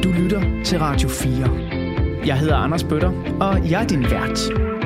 Du lytter til Radio 4. Jeg hedder Anders Bøtter, og jeg er din vært.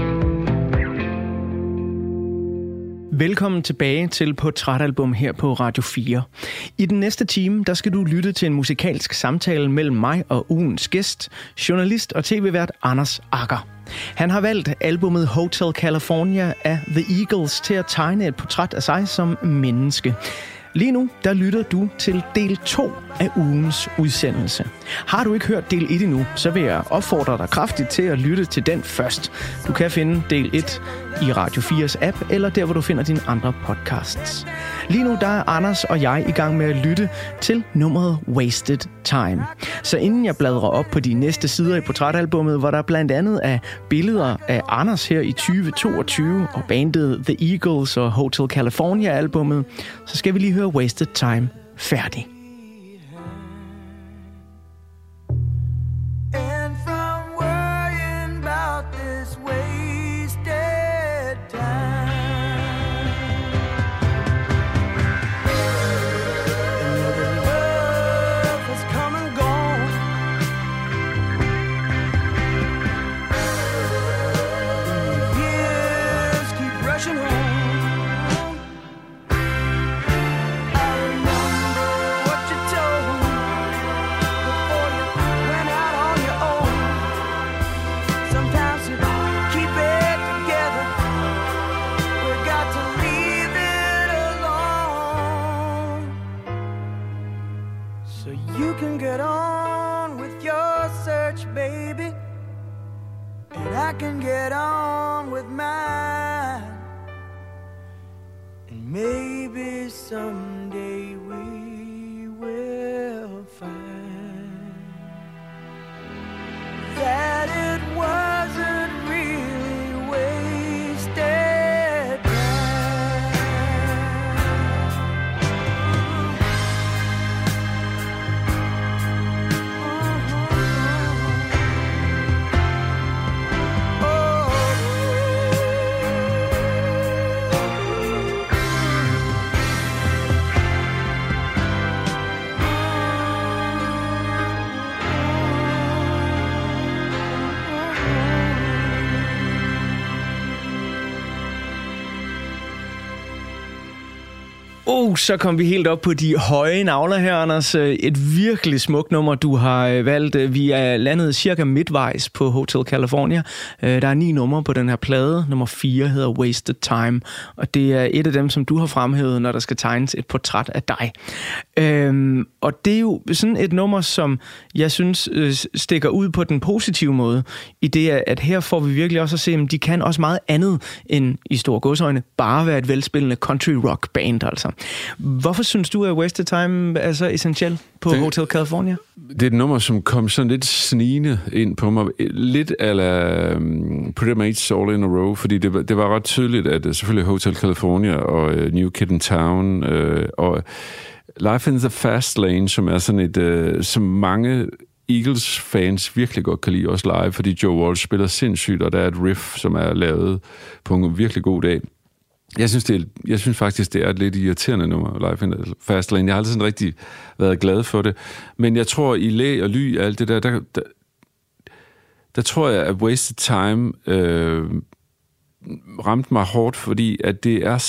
Velkommen tilbage til Portrætalbum her på Radio 4. I den næste time, der skal du lytte til en musikalsk samtale mellem mig og ugens gæst, journalist og tv-vært Anders Agger. Han har valgt albumet Hotel California af The Eagles til at tegne et portræt af sig som menneske. Lige nu, der lytter du til del 2 af ugens udsendelse. Har du ikke hørt del 1 endnu, så vil jeg opfordre dig kraftigt til at lytte til den først. Du kan finde del 1 i Radio 4's app, eller der, hvor du finder dine andre podcasts. Lige nu, der er Anders og jeg i gang med at lytte til nummeret Wasted Time. Så inden jeg bladrer op på de næste sider i portrætalbummet, hvor der blandt andet er billeder af Anders her i 2022 og bandet The Eagles og Hotel California-albummet, så skal vi lige høre Wasted Time færdig. Så kom vi helt op på de høje navler her, Anders. Et virkelig smukt nummer, du har valgt. Vi er landet cirka midtvejs på Hotel California. Der er 9 numre på den her plade. Nummer 4 hedder Wasted Time, og det er et af dem, som du har fremhævet, når der skal tegnes et portræt af dig. Og det er jo sådan et nummer, som jeg synes stikker ud på den positive måde, i det, at her får vi virkelig også at se, at de kan også meget andet end i store godsøjne bare være et velspillende country rock band, altså. Hvorfor synes du, at Wasted Time er så essentiel på Hotel California? Det er et nummer, som kom sådan lidt snigende ind på mig. Lidt ala Pretty Mates All in a Row, fordi det var ret tydeligt, at selvfølgelig Hotel California og New Kid in Town og Life in the Fast Lane, som er sådan et, som mange Eagles-fans virkelig godt kan lide, også live, fordi Joe Walsh spiller sindssygt, og der er et riff, som er lavet på en virkelig god dag. Jeg synes faktisk, det er et lidt irriterende nummer, Life in the Fast Lane. Jeg har aldrig sådan rigtig været glad for det. Men jeg tror, i læ og ly og alt det der tror jeg, at Wasted Time ramte mig hårdt, fordi at det er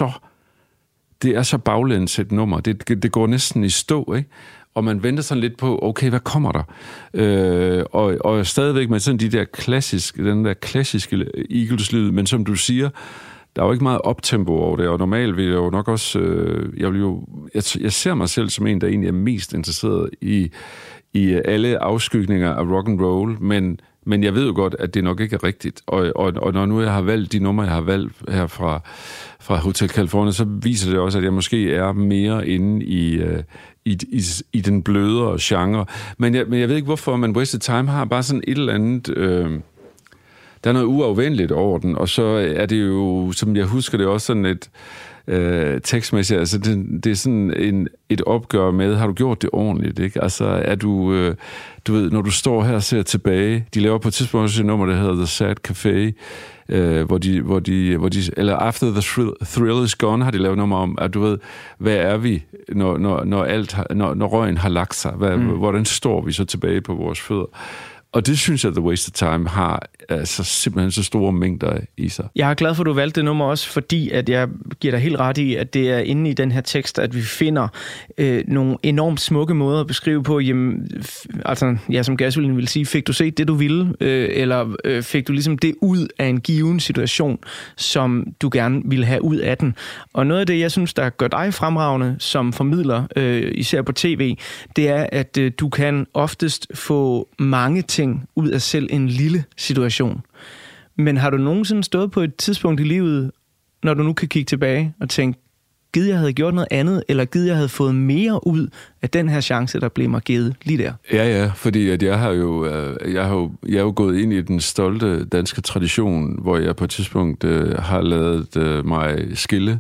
så baglæns et nummer. Det går næsten i stå, ikke? Og man venter sådan lidt på, okay, hvad kommer der? Og stadigvæk med sådan den der klassiske Eagles-lyd, men som du siger, der er jo ikke meget optempo over det, og normalt vil jeg jo nok også, jeg ser mig selv som en, der egentlig er mest interesseret i alle afskygninger af rock and roll, men jeg ved jo godt, at det nok ikke er rigtigt. Og når nu jeg har valgt de numre, jeg har valgt her fra Hotel California, så viser det også, at jeg måske er mere inde i den blødere genre. Men jeg ved ikke, hvorfor, men Wasted Time har bare sådan et eller andet... der er noget uafvendeligt over den, og så er det jo, som jeg husker det, også sådan tekstmæssigt. Altså, det er sådan et opgør med, har du gjort det ordentligt, ikke? Altså, er du... du ved, når du står her og ser tilbage, de laver på et tidspunkt også et nummer, der hedder The Sad Café, hvor de, eller After the Thrill is Gone, har de lavet nummer om, at du ved, hvad er vi, når røgen har lagt sig? Hvordan står vi så tilbage på vores fødder? Og det synes jeg, The Wasted Time har altså simpelthen så store mængder i sig. Jeg er glad for, at du valgte det nummer også, fordi at jeg giver dig helt ret i, at det er inde i den her tekst, at vi finder nogle enormt smukke måder at beskrive på, jamen, altså, ja, som Gasolin ville sige, fik du set det, du ville, eller fik du ligesom det ud af en given situation, som du gerne ville have ud af den. Og noget af det, jeg synes, der gør dig fremragende som formidler, især på tv, det er, at du kan oftest få mange ting ud af selv en lille situation. Men har du nogensinde stået på et tidspunkt i livet, når du nu kan kigge tilbage og tænke, gid jeg havde gjort noget andet, eller gid jeg havde fået mere ud af den her chance, der blev mig givet lige der? Ja, fordi at jeg er jo gået ind i den stolte danske tradition, hvor jeg på et tidspunkt har ladet mig skille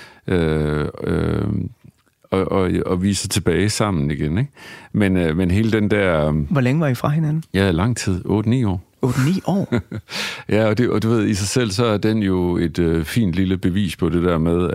og vise tilbage sammen igen, ikke? Men hele den der... Hvor længe var I fra hinanden? Ja, lang tid. 8-9 år. 8-9 år? Ja, og du ved, i sig selv, så er den jo et fint lille bevis på det der med,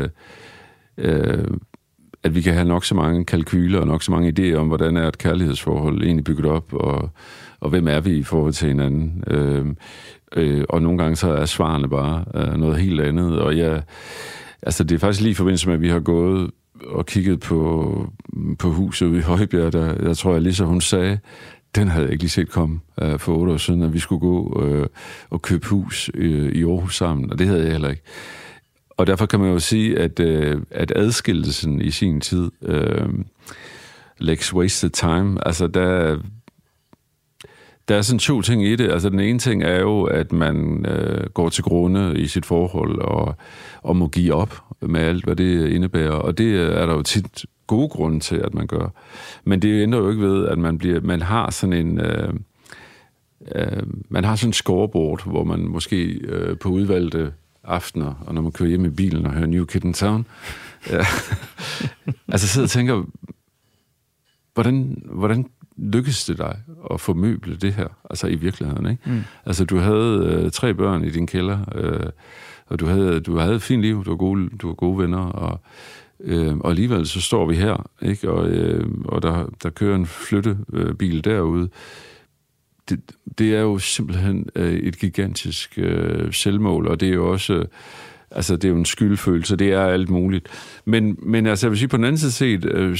at vi kan have nok så mange kalkyler og nok så mange idéer om, hvordan er et kærlighedsforhold egentlig bygget op, og hvem er vi i forhold til hinanden. Og nogle gange så er svarene bare noget helt andet. Og altså det er faktisk lige i forbindelse med, at vi har gået og kigget på huset ude i Højbjerg, der tror jeg lige så hun sagde, den havde jeg ikke lige set komme for 8 år siden, at vi skulle gå og købe hus i Aarhus sammen, og det havde jeg heller ikke. Og derfor kan man jo sige, at adskillelsen i sin tid, Lex Wasted Time, altså der er sådan 2 ting i det. Altså den ene ting er jo, at man går til grunde i sit forhold og må give op med alt, hvad det indebærer. Og det er der jo tit gode grunde til, at man gør. Men det ændrer jo ikke ved, at man har sådan en scoreboard, hvor man måske på udvalgte aftener, og når man kører hjem i bilen og hører New Kid in Town, altså sidder og tænker, hvordan lykkes det dig at formøble det her, altså i virkeligheden, ikke? Mm. Altså, du havde 3 børn i din kælder, og du havde et fint liv, du var gode venner, og alligevel så står vi her, ikke? Og der kører en flyttebil derude. Det er jo simpelthen et gigantisk selvmål, og det er jo også... Altså, det er jo en skyldfølelse, det er alt muligt. Men altså, jeg vil sige, på den anden side set,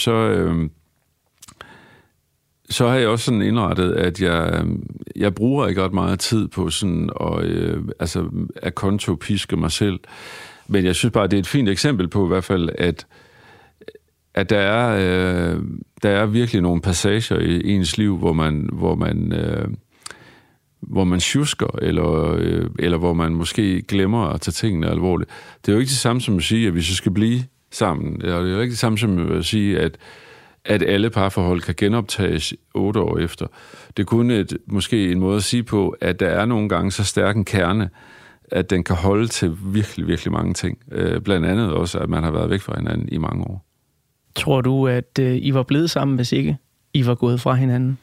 så har jeg også sådan indrettet, at jeg bruger ikke ret meget tid på sådan at kontopiske mig selv. Men jeg synes bare, det er et fint eksempel på i hvert fald, at der er virkelig nogle passager i ens liv, hvor man sjusker, eller hvor man måske glemmer at tage tingene alvorligt. Det er jo ikke det samme som at sige, at vi så skal blive sammen. Det er jo ikke det samme som at sige, at alle parforhold kan genoptages 8 år efter. Det er kun måske en måde at sige på, at der er nogle gange så stærk en kerne, at den kan holde til virkelig, virkelig mange ting. Blandt andet også, at man har været væk fra hinanden i mange år. Tror du, at I var blevet sammen, hvis ikke I var gået fra hinanden?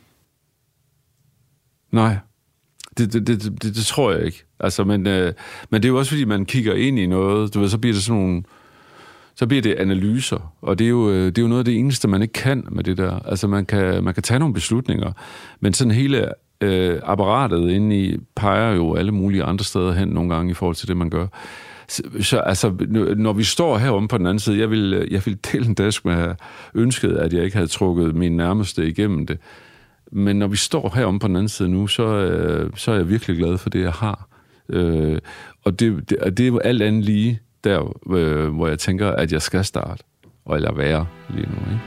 Nej, det tror jeg ikke. Altså, men det er jo også, fordi man kigger ind i noget, du ved, så bliver det sådan nogle... Så bliver det analyser, og det er jo noget af det eneste, man ikke kan med det der. Altså, man kan tage nogle beslutninger, men sådan hele apparatet indeni peger jo alle mulige andre steder hen nogle gange i forhold til det, man gør. Så altså, når vi står heromme på den anden side, jeg vil dele en dask med at have ønsket, at jeg ikke havde trukket min nærmeste igennem det. Men når vi står heromme på den anden side nu, så er jeg virkelig glad for det, jeg har. Og det er jo alt andet lige der, hvor jeg tænker, at jeg skal starte, eller være lige nu, ikke?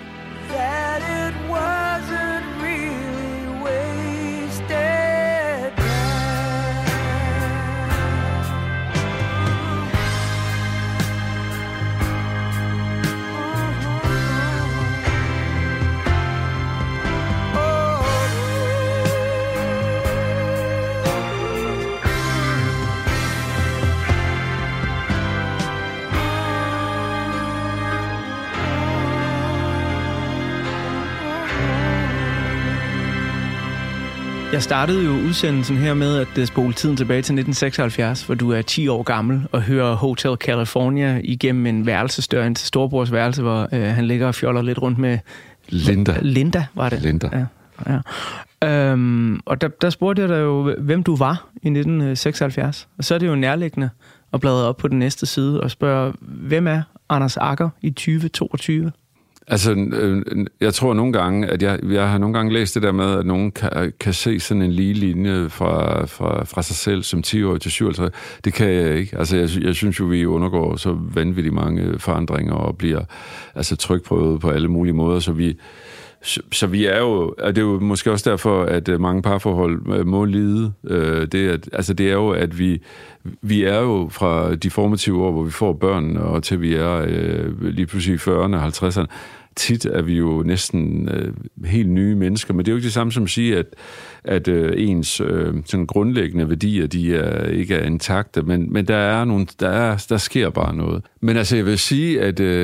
Jeg startede jo udsendelsen her med at spole tiden tilbage til 1976, hvor du er 10 år gammel og hører Hotel California igennem en værelsesdør ind til storebrors værelse, hvor han ligger og fjoller lidt rundt med... Linda, var det? Linda. Ja. Og der spurgte jeg dig jo, hvem du var i 1976. Og så er det jo nærliggende at bladre op på den næste side og spørge, hvem er Anders Agger i 2022? Altså, jeg tror nogle gange, at jeg har nogle gange læst det der med, at nogen kan se sådan en lige linje fra sig selv som 10-årig til 57. Det kan jeg ikke. Altså, jeg synes jo, vi undergår så vanvittigt mange forandringer og bliver altså trykprøvet på alle mulige måder, så vi er jo, og det er jo måske også derfor, at mange parforhold må lide. Det er jo, at vi er jo fra de formative år, hvor vi får børn, og til vi er lige pludselig 40'erne og 50'erne. Tit er vi jo næsten helt nye mennesker, men det er jo ikke det samme som at sige, at ens sådan grundlæggende værdier, de ikke er intakte, men der sker bare noget. Men altså, jeg vil sige,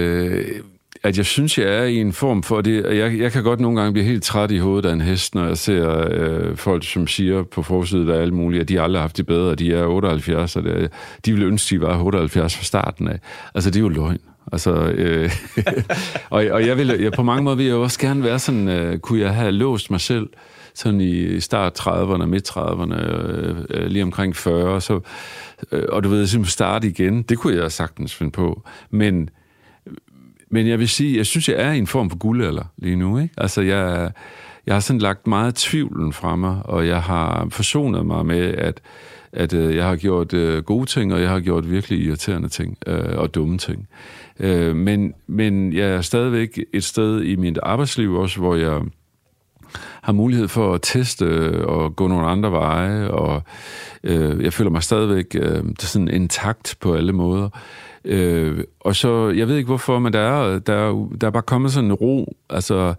at jeg synes, jeg er i en form for det. Jeg kan godt nogle gange blive helt træt i hovedet af en hest, når jeg ser folk, som siger på forsiden af alle mulige, at de aldrig har haft det bedre, de er 78, og de ville ønske, de var 78 fra starten af. Altså, det er jo løgn. Altså, og jeg på mange måder vil jeg også gerne være sådan, kunne jeg have låst mig selv sådan i start 30'erne, midt 30'erne, lige omkring 40, så, og du ved, simpelthen starte igen. Det kunne jeg sagtens finde på. Men jeg vil sige, jeg synes, jeg er i en form for guldalder lige nu, ikke? Altså, jeg har sådan lagt meget tvivlen fra mig, og jeg har forsonet mig med, at jeg har gjort gode ting, og jeg har gjort virkelig irriterende ting og dumme ting. Men jeg er stadigvæk et sted i mit arbejdsliv også, hvor jeg har mulighed for at teste og gå nogle andre veje, og jeg føler mig stadigvæk sådan intakt på alle måder. Og så, jeg ved ikke hvorfor, men der er bare kommet sådan en ro. Altså,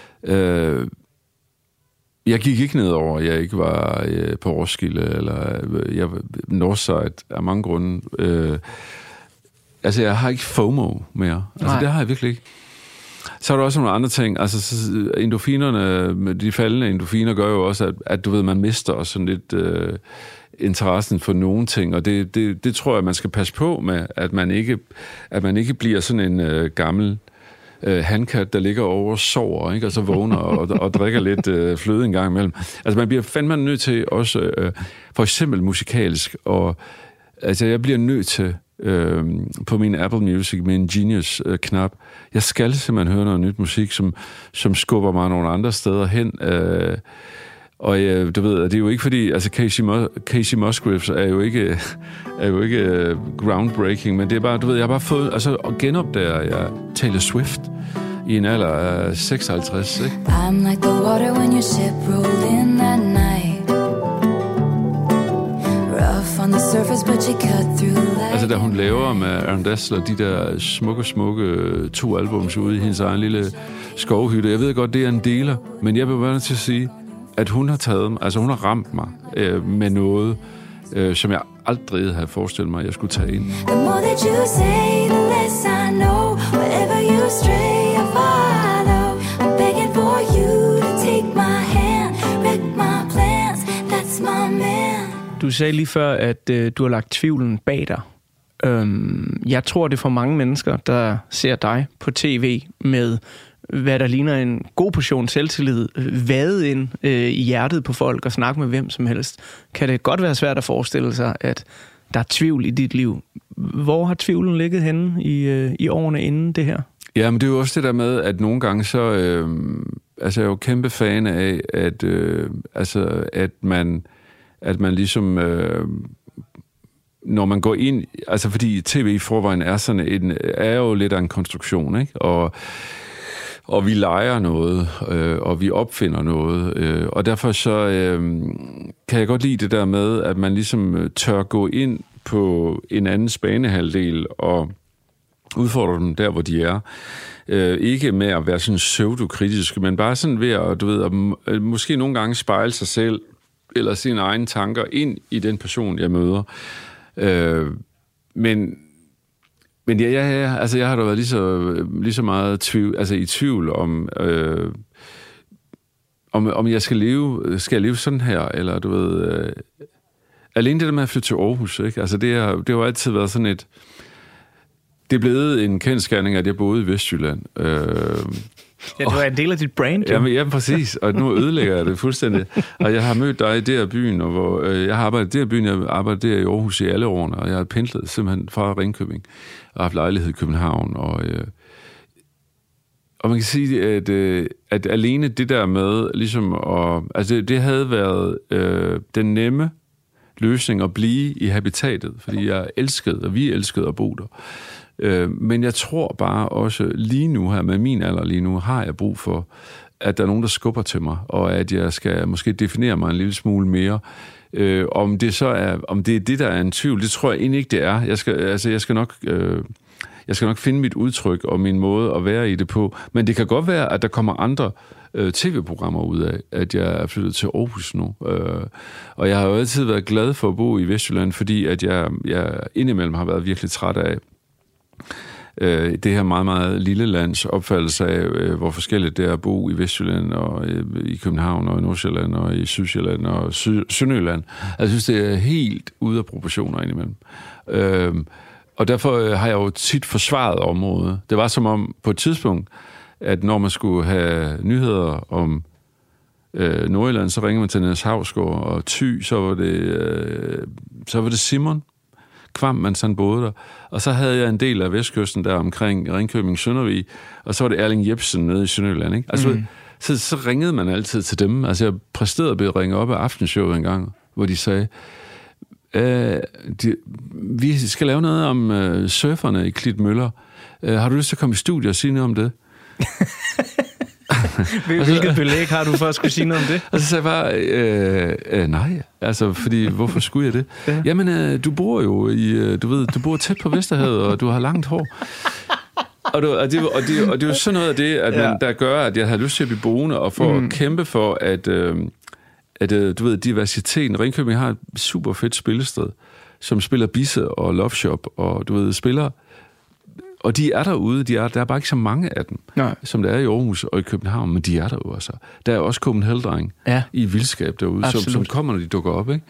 jeg gik ikke nedover, jeg ikke var på Roskilde, eller Northside af mange grunde. Altså, jeg har ikke FOMO mere. Altså, det har jeg virkelig ikke. Så er der også nogle andre ting. Altså, endorfinerne, de faldende endorfiner gør jo også, at du ved, man mister sådan lidt interessen for nogle ting, og det tror jeg, man skal passe på med, at man ikke bliver sådan en gammel hankat, der ligger over og sover, ikke? Og så vågner og drikker lidt fløde en gang imellem. Altså, man bliver fandme nødt til også, for eksempel musikalsk, og altså, jeg bliver nødt til på min Apple Music med en Genius-knap. Jeg skal simpelthen høre noget nyt musik, som skubber mig nogle andre steder hen. Og du ved, det er jo ikke fordi, altså Casey Musgraves er jo ikke groundbreaking, men det er bare, du ved, jeg har bare fået, altså og genopdager jeg Taylor Swift i en alder af 56, ikke? I'm like the water when your ship rolled in that night. Rough on the surface, but you cut through like... Altså, da hun laver med Aaron Dessler de der smukke 2 albums ude i hendes egen lille skovhytte. Jeg ved godt, det er en deler, men jeg vil være nødt til at sige, at hun har ramt mig med noget, som jeg aldrig havde forestillet mig, at jeg skulle tage ind. The more that you say, the less I know. Wherever you stray, I follow. I'm begging for you to take my hand, wreck my plans, that's my man. Du sagde lige før, at du har lagt tvivlen bag dig. Jeg tror, det er for mange mennesker, der ser dig på tv med hvad der ligner en god portion selvtillid, vade ind i hjertet på folk og snakke med hvem som helst. Kan det godt være svært at forestille sig, at der er tvivl i dit liv? Hvor har tvivlen ligget henne i årene inden det her? Ja, men det er jo også det der med, at nogle gange så... altså, jeg er jo kæmpe fan af, at man ligesom... når man går ind... Altså, fordi tv i forvejen er jo lidt af en konstruktion, ikke? Og vi leger noget, og vi opfinder noget, og derfor så kan jeg godt lide det der med, at man ligesom tør gå ind på en anden banehalvdel og udfordre dem der, hvor de er. Ikke med at være sådan pseudokritiske, men bare sådan ved at, du ved, at måske nogle gange spejle sig selv, eller sine egne tanker ind i den person, jeg møder. Men ja, altså jeg har da været lige så meget i tvivl om jeg skal jeg leve sådan her, eller du ved... alene det der med at flytte til Aarhus, ikke? Altså det har jo altid været sådan et... Det er blevet en kendsgerning, at jeg boede i Vestjylland. Ja, du er en del af dit brand, jo. Jamen, præcis, og nu ødelægger jeg det fuldstændig. Og jeg har mødt dig i der byen, og hvor jeg har arbejdet i der byen, jeg har arbejdet der i Aarhus i alle årene, og jeg har pendlet simpelthen fra Ringkøbing, og haft lejlighed i København, og man kan sige, at alene det der med, ligesom altså det havde været den nemme løsning at blive i habitatet, fordi jeg elskede, og vi elskede at bo der. Men jeg tror bare også lige nu her, med min alder lige nu, har jeg brug for, at der er nogen, der skubber til mig, og at jeg skal måske definere mig en lille smule mere. Om det så er, om det er det, der er en tvivl, det tror jeg egentlig ikke, det er. Jeg skal nok finde mit udtryk og min måde at være i det på. Men det kan godt være, at der kommer andre tv-programmer ud af, at jeg er flyttet til Aarhus nu. Og jeg har jo altid været glad for at bo i Vestjylland, fordi at jeg indimellem har været virkelig træt af det her meget, meget lille lands opfattelse af, hvor forskelligt det er at bo i Vestjylland og i København og i Nordsjælland og i Sydsjælland og Sønderjylland. Jeg synes, det er helt ude af proportioner indimellem. Og derfor har jeg jo tit forsvaret området. Det var som om på et tidspunkt, at når man skulle have nyheder om Nordjylland, så ringede man til Niels Hausgaard, og Thy, så var det Simon Kvam, man sådan boede der. Og så havde jeg en del af vestkysten der omkring Ringkøbing Søndervig, og så var det Erling Jepsen nede i Sønderjylland, ikke? Altså, så ringede man altid til dem. Altså, jeg præsterede at blive ringet op af Aftenshowet en gang, hvor de sagde, vi skal lave noget om surferne i Klitmøller. Har du lyst til at komme i studiet og sige noget om det? Hvilket belæg har du for at skulle sige noget om det? Og så sagde jeg bare, nej, altså, fordi hvorfor skulle jeg det? Ja. Jamen, du bor jo du bor tæt på Vesterhavet, og du har langt hår. Og det er jo sådan noget af det, at man, der gør, at jeg har lyst til at blive boende, og for at kæmpe for, at du ved, diversiteten. Ringkøbing har et super fedt spillested, som spiller Bisse og Love Shop, og du ved, spiller. Og de er derude, der er bare ikke så mange af dem, som der er i Aarhus og i København, men de er derude altså. Der er også Copenhagen i vildskab derude, som kommer, når de dukker op, ikke?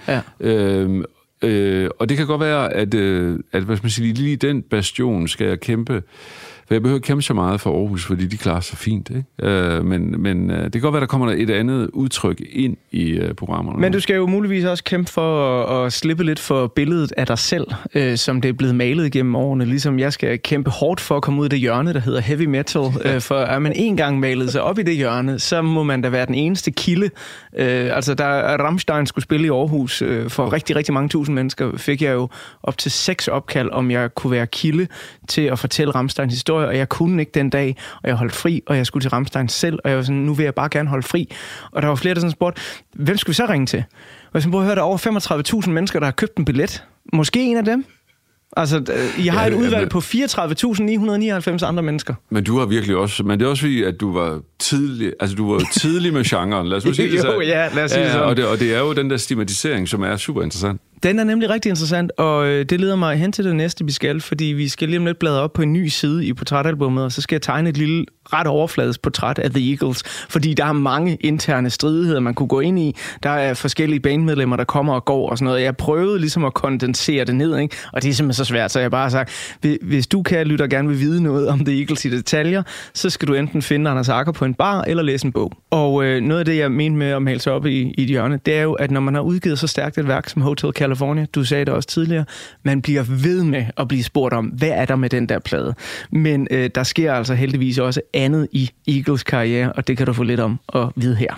Ja. Og det kan godt være, at hvad skal man sige, lige den bastion skal jeg kæmpe. For jeg behøver ikke kæmpe så meget for Aarhus, fordi de klarer sig fint, ikke? Men det kan godt være, der kommer et andet udtryk ind i programmerne. Men du skal jo muligvis også kæmpe for at slippe lidt for billedet af dig selv, som det er blevet malet gennem årene. Ligesom jeg skal kæmpe hårdt for at komme ud af det hjørne, der hedder heavy metal. For er man en gang malet sig op i det hjørne, så må man da være den eneste kilde. Altså, da Rammstein skulle spille i Aarhus for rigtig, rigtig mange tusind mennesker, fik jeg jo op til 6 opkald, om jeg kunne være kilde til at fortælle Rammsteins historie, og jeg kunne ikke den dag, og jeg holdt fri, og jeg skulle til Rammstein selv, og jeg var sådan, nu vil jeg bare gerne holde fri. Og der var flere, der sådan spurgte, hvem skal vi så ringe til? Og jeg sådan, prøv at høre, der er over 35.000 mennesker, der har købt en billet. Måske en af dem? Altså, jeg har et udvalg på 34.999 andre mennesker. Men du har virkelig også... Men det er også fordi, at du var tidlig... Altså, du var tidlig med genren. Lad os sige det så. Jo, ja, lad os sige det sådan. Og det er jo den der stigmatisering, som er super interessant. Den er nemlig rigtig interessant, og det leder mig hen til det næste, vi skal, fordi vi skal lige om lidt bladre op på en ny side i portrætalbummet, og så skal jeg tegne et lille ret overfladisk portræt af The Eagles, fordi der er mange interne stridigheder, man kunne gå ind i. Der er forskellige bandmedlemmer, der kommer og går og sådan noget. Jeg prøvede ligesom at kondensere det ned, ikke? Og det er simpelthen så svært, så jeg bare har sagt, hvis du, kære lytter, gerne vil vide noget om The Eagles i detaljer, så skal du enten finde Anders Agger på en bar eller læse en bog. Og noget af det, jeg mente med at male sig op i et hjørne, det er jo, at når man har udgivet så stærkt et værk som Hotel California, du sagde det også tidligere, man bliver ved med at blive spurgt om, hvad er der med den der plade? Men der sker altså heldigvis også andet i Eagles karriere, og det kan du få lidt om at vide her.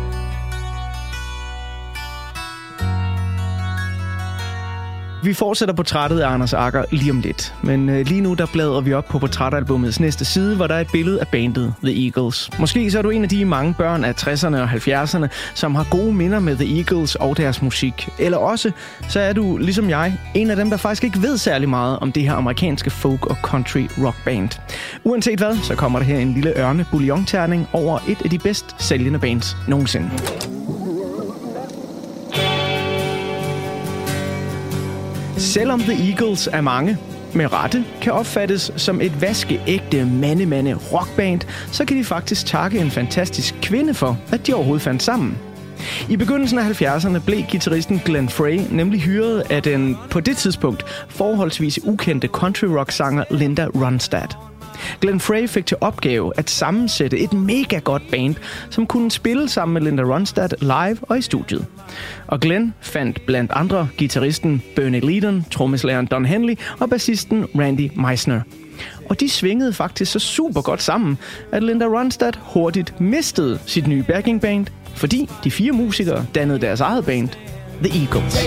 Vi fortsætter portrættet af Anders Agger lige om lidt, men lige nu der bladrer vi op på portrætalbummets næste side, hvor der er et billede af bandet The Eagles. Måske så er du en af de mange børn af 60'erne og 70'erne, som har gode minder med The Eagles og deres musik. Eller også så er du, ligesom jeg, en af dem, der faktisk ikke ved særlig meget om det her amerikanske folk- og country rock band. Uanset hvad, så kommer der her en lille ørne bouillon-terning over et af de bedst sælgende bands nogensinde. Selvom The Eagles er mange, med rette kan opfattes som et vaskeægte mande rockband, så kan de faktisk takke en fantastisk kvinde for, at de overhovedet fandt sammen. I begyndelsen af 70'erne blev guitaristen Glenn Frey nemlig hyret af den på det tidspunkt forholdsvis ukendte country rock sanger Linda Ronstadt. Glenn Frey fik til opgave at sammensætte et mega godt band, som kunne spille sammen med Linda Ronstadt live og i studiet. Og Glenn fandt blandt andre guitaristen Bernie Leadon, trommeslageren Don Henley og bassisten Randy Meisner. Og de svingede faktisk så super godt sammen, at Linda Ronstadt hurtigt mistede sit nye backingband, fordi de 4 musikere dannede deres eget band, The Eagles.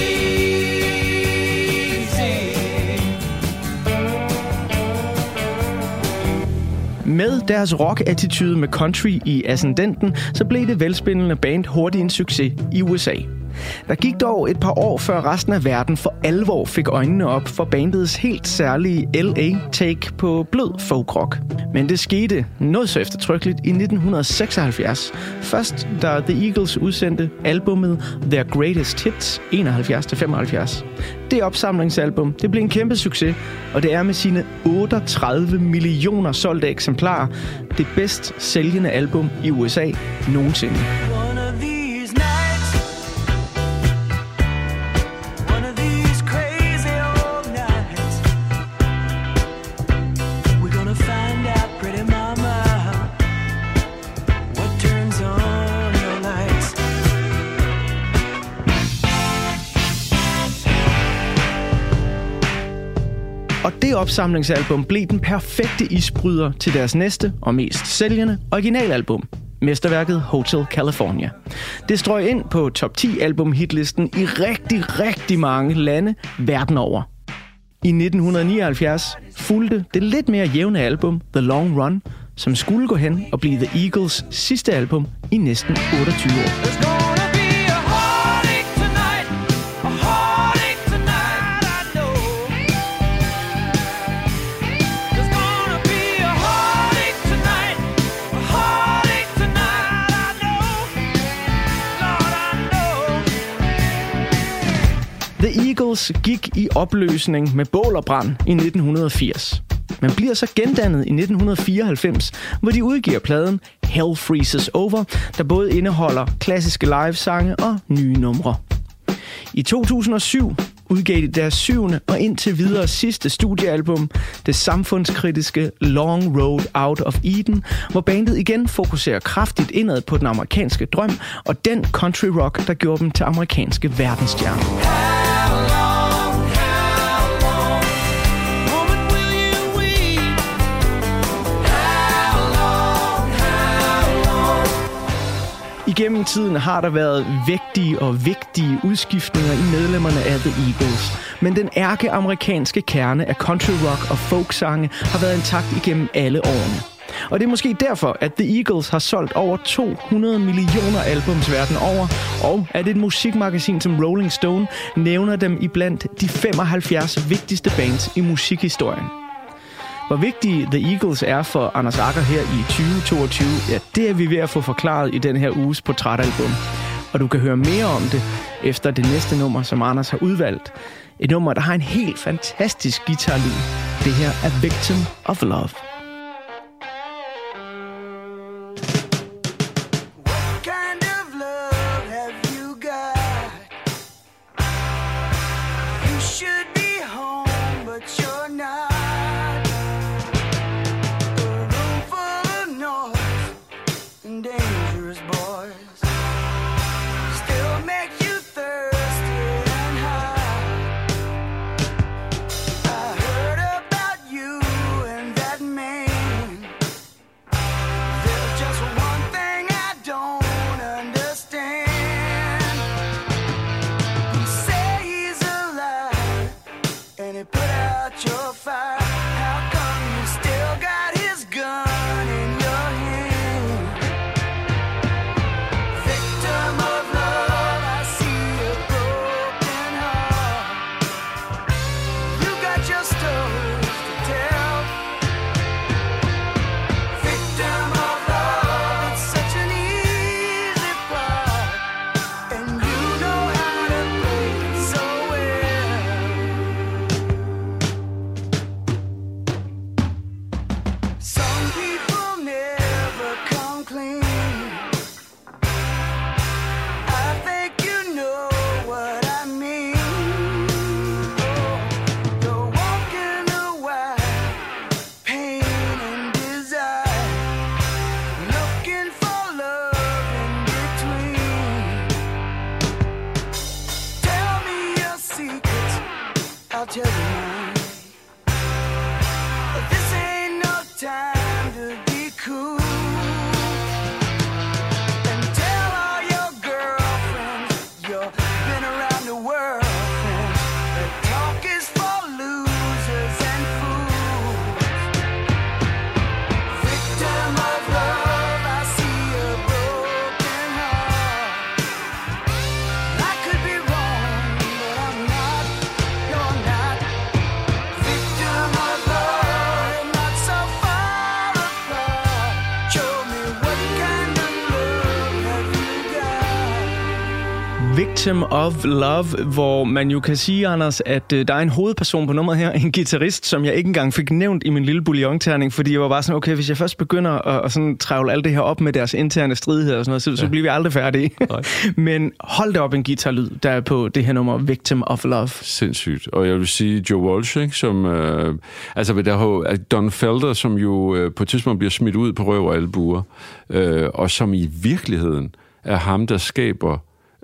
Med deres rock-attitude med country i ascendenten, så blev det velspillende band hurtigt en succes i USA. Der gik dog et par år, før resten af verden for alvor fik øjnene op for bandets helt særlige LA-take på blød folkrock. Men det skete noget så eftertrykkeligt i 1976. Først da The Eagles udsendte albumet Their Greatest Hits 71-75. Det opsamlingsalbum, det blev en kæmpe succes, og det er med sine 38 millioner solgte eksemplarer det bedst sælgende album i USA nogensinde. Og det opsamlingsalbum blev den perfekte isbryder til deres næste og mest sælgende originalalbum, mesterværket Hotel California. Det strøg ind på top 10 album-hitlisten i rigtig mange lande verden over. I 1979 fulgte det lidt mere jævne album The Long Run, som skulle gå hen og blive The Eagles sidste album i næsten 28 år. The Eagles gik i opløsning med bål og brand i 1980. Men bliver så gendannet i 1994, hvor de udgiver pladen Hell Freezes Over, der både indeholder klassiske livesange og nye numre. I 2007 udgav de deres 7. og indtil videre sidste studiealbum, det samfundskritiske Long Road Out of Eden, hvor bandet igen fokuserer kraftigt indad på den amerikanske drøm og den country rock, der gjorde dem til amerikanske verdensstjerner. Igennem tiden har der været vægtige og vigtige udskiftninger i medlemmerne af The Eagles. Men den ærkeamerikanske kerne af country rock og folksange har været intakt igennem alle årene. Og det er måske derfor, at The Eagles har solgt over 200 millioner albums verden over, og at et musikmagasin som Rolling Stone nævner dem iblandt de 75 vigtigste bands i musikhistorien. Hvor vigtige The Eagles er for Anders Agger her i 2022, ja, det er vi ved at få forklaret i den her uges portrætalbum. Og du kan høre mere om det efter det næste nummer, som Anders har udvalgt. Et nummer, der har en helt fantastisk guitarlyd. Det her er Victim of Love. Man Victim of Love, hvor man jo kan sige, Anders, at der er en hovedperson på nummeret her, en guitarist, som jeg ikke engang fik nævnt i min lille bouillonterning, fordi jeg var bare sådan, okay, hvis jeg først begynder at sådan trævle alt det her op med deres interne stridigheder og sådan noget, så bliver vi aldrig færdige. Men hold da op en guitarlyd, der er på det her nummer, Victim of Love. Sindssygt. Og jeg vil sige Joe Walsh, ikke, som... der har Don Felder, som jo på et tidspunkt bliver smidt ud på røv og albuer, og som i virkeligheden er ham, der skaber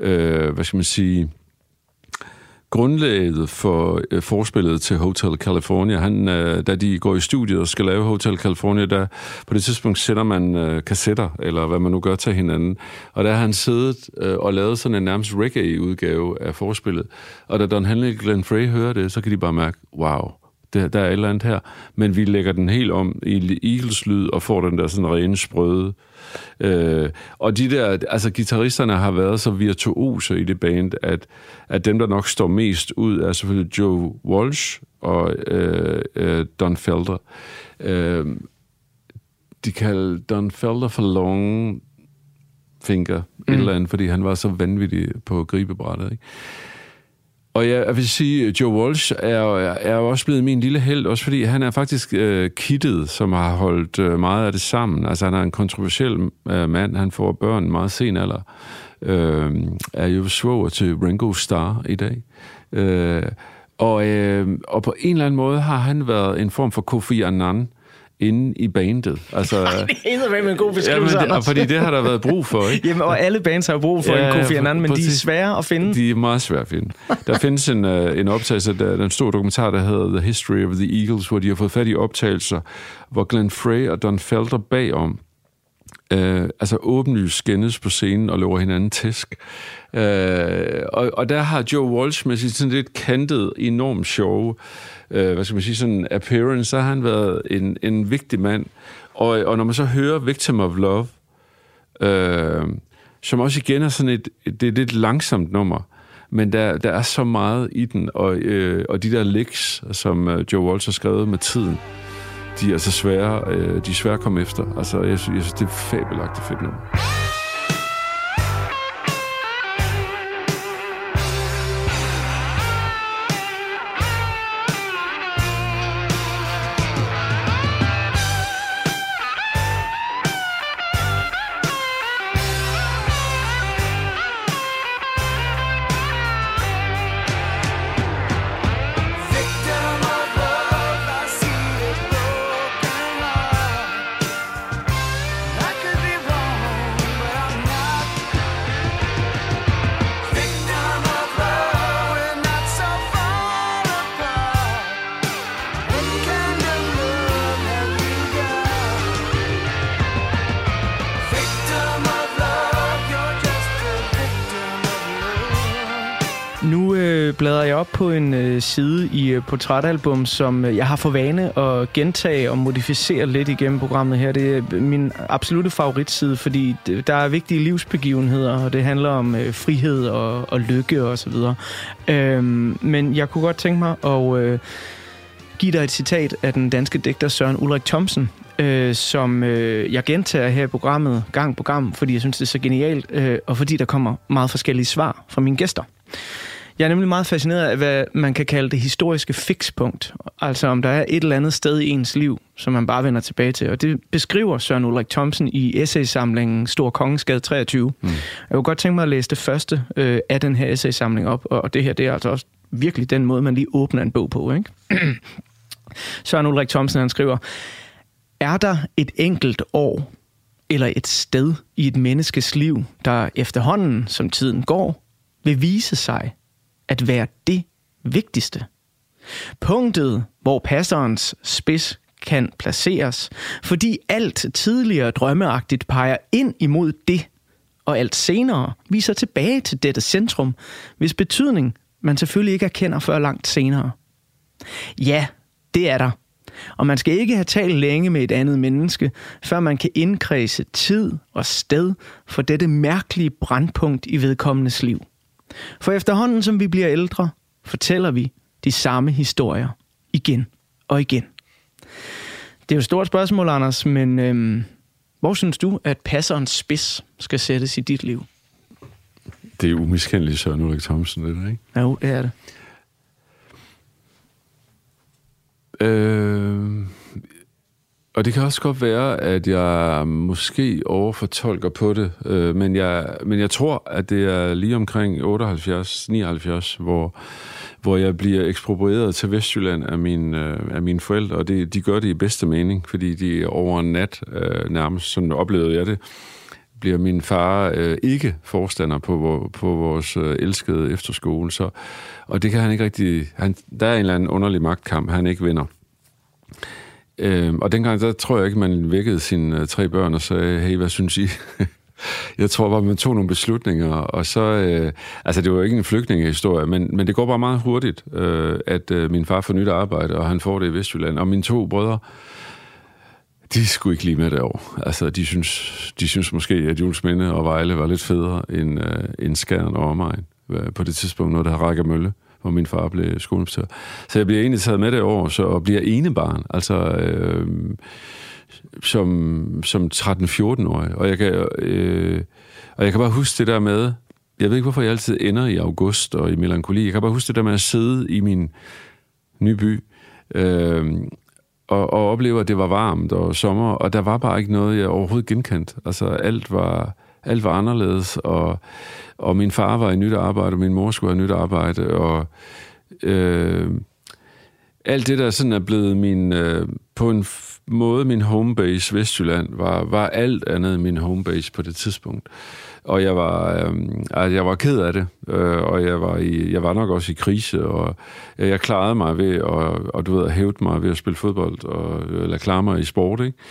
grundlaget for forspillet til Hotel California. Da de går i studiet og skal lave Hotel California, der på det tidspunkt sætter man kassetter, eller hvad man nu gør til hinanden. Og der har han siddet og lavet sådan en nærmest reggae-udgave af forspillet. Og da Don Henley og Glenn Frey hører det, så kan de bare mærke, wow, der er et eller andet her. Men vi lægger den helt om i Eagles-lyd og får den der sådan rene sprøde. Og de der, altså guitaristerne har været så virtuose i det band, at dem, der nok står mest ud, er selvfølgelig Joe Walsh og Don Felder. De kalder Don Felder for Long Finger, et eller andet, fordi han var så vanvittig på gribebrættet, ikke? Og jeg vil sige, Joe Walsh er også blevet min lille helt, også fordi han er faktisk kittet, som har holdt meget af det sammen. Altså han er en kontroversiel mand, han får børn meget sen alder, er jo svoger til Ringo Starr i dag. Og på en eller anden måde har han været en form for Kofi Annan inde i bandet. Altså, det er med en god beskrivelse, Anders. Fordi det har der været brug for, ikke? Jamen, og alle bands har jo brug for en Kofi Annan, men de er svære at finde. De er meget svære at finde. Der findes en optagelse, der en stor dokumentar, der hedder The History of the Eagles, hvor de har fået fat i optagelser, hvor Glenn Frey og Don Felder bagom åbenlyst skændes på scenen og lover hinanden tæsk. Og der har Joe Walsh med sit sådan lidt kantet, enormt show, sådan appearance, så har han været en vigtig mand. Og når man så hører Victim of Love, som også igen er sådan det er et lidt langsomt nummer, men der er så meget i den, og de der licks, som Joe Walsh har skrevet med tiden, de er så svære at komme efter. Altså, jeg synes, det er fabelagtigt fedt nummer. Bladrer jeg op på en side i portrætalbum, som jeg har for vane at gentage og modificere lidt igennem programmet her. Det er min absolutte favoritside, fordi der er vigtige livsbegivenheder, og det handler om frihed og lykke og så videre. Men jeg kunne godt tænke mig at give dig et citat af den danske digter Søren Ulrik Thomsen, som jeg gentager her i programmet gang på gang, fordi jeg synes, det er så genialt, og fordi der kommer meget forskellige svar fra mine gæster. Jeg er nemlig meget fascineret af, hvad man kan kalde det historiske fikspunkt. Altså om der er et eller andet sted i ens liv, som man bare vender tilbage til. Og det beskriver Søren Ulrik Thomsen i essaysamlingen Stor Kongensgade 23. Jeg kunne godt tænke mig at læse det første af den her essaysamling op. Og det her, det er altså også virkelig den måde, man lige åbner en bog på, ikke? Søren Ulrik Thomsen, han skriver: Er der et enkelt år eller et sted i et menneskes liv, der efterhånden, som tiden går, vil vise sig at være det vigtigste? Punktet, hvor passerens spids kan placeres, fordi alt tidligere drømmeagtigt peger ind imod det, og alt senere viser tilbage til dette centrum, hvis betydning man selvfølgelig ikke erkender før langt senere. Ja, det er der. Og man skal ikke have talt længe med et andet menneske, før man kan indkredse tid og sted for dette mærkelige brandpunkt i vedkommendes liv. For efterhånden som vi bliver ældre, fortæller vi de samme historier igen og igen. Det er jo et stort spørgsmål, Anders, men hvor synes du, at passerens spids skal sættes i dit liv? Det er umiskendeligt Søren Ulrik Thomsen, det der, ikke? Jo, det er det. Og det kan også godt være, at jeg måske overfortolker på det, men jeg tror, at det er lige omkring 78-79, hvor jeg bliver eksproprieret til Vestjylland af mine forældre, og de gør det i bedste mening, fordi de over en nat, nærmest sådan oplevede jeg det, bliver min far ikke forstander på vores elskede efterskole. Og det kan han ikke rigtig... Der er en eller anden underlig magtkamp, han ikke vinder. Og dengang, der tror jeg ikke, man vækkede sine 3 børn og sagde, hey, hvad synes I? Jeg tror bare, man tog nogle beslutninger, og så... altså, det var jo ikke en flygtningehistorie, men det går bare meget hurtigt, at min far får nyt arbejde, og han får det i Vestjylland. Og mine 2 brødre, de skulle ikke lige med derovre. Altså, de synes måske, at Juelsminde og Vejle var lidt federe end Skjern og omegn. På det tidspunkt, når der rækker Mølle, hvor min far blev skoleinspektør. Så jeg bliver egentlig taget med derovre, og bliver enebarn, altså som 13-14-årig. Og jeg kan bare huske det der med, jeg ved ikke, hvorfor jeg altid ender i august og i melankoli. Jeg kan bare huske det der med at sidde i min nye by, og opleve, at det var varmt og sommer, og der var bare ikke noget, jeg overhovedet genkendte. Altså, alt var anderledes, og min far var i nyt arbejde, og min mor skulle have nyt arbejde, og alt det, der sådan er blevet på en måde min homebase Vestjylland, var alt andet min homebase på det tidspunkt. Og jeg var ked af det, og jeg var nok også i krise, og jeg klarede mig ved og du ved, at hævde mig ved at spille fodbold, eller klare mig i sport, ikke?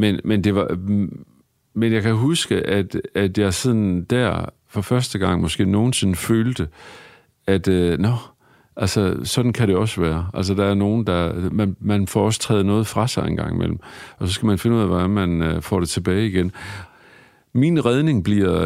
Men jeg kan huske, at jeg sådan der for første gang måske nogensinde følte, at altså sådan kan det også være. Altså der er nogen, man får også træde noget fra sig en gang imellem, og så skal man finde ud af, hvordan man får det tilbage igen. Min redning bliver,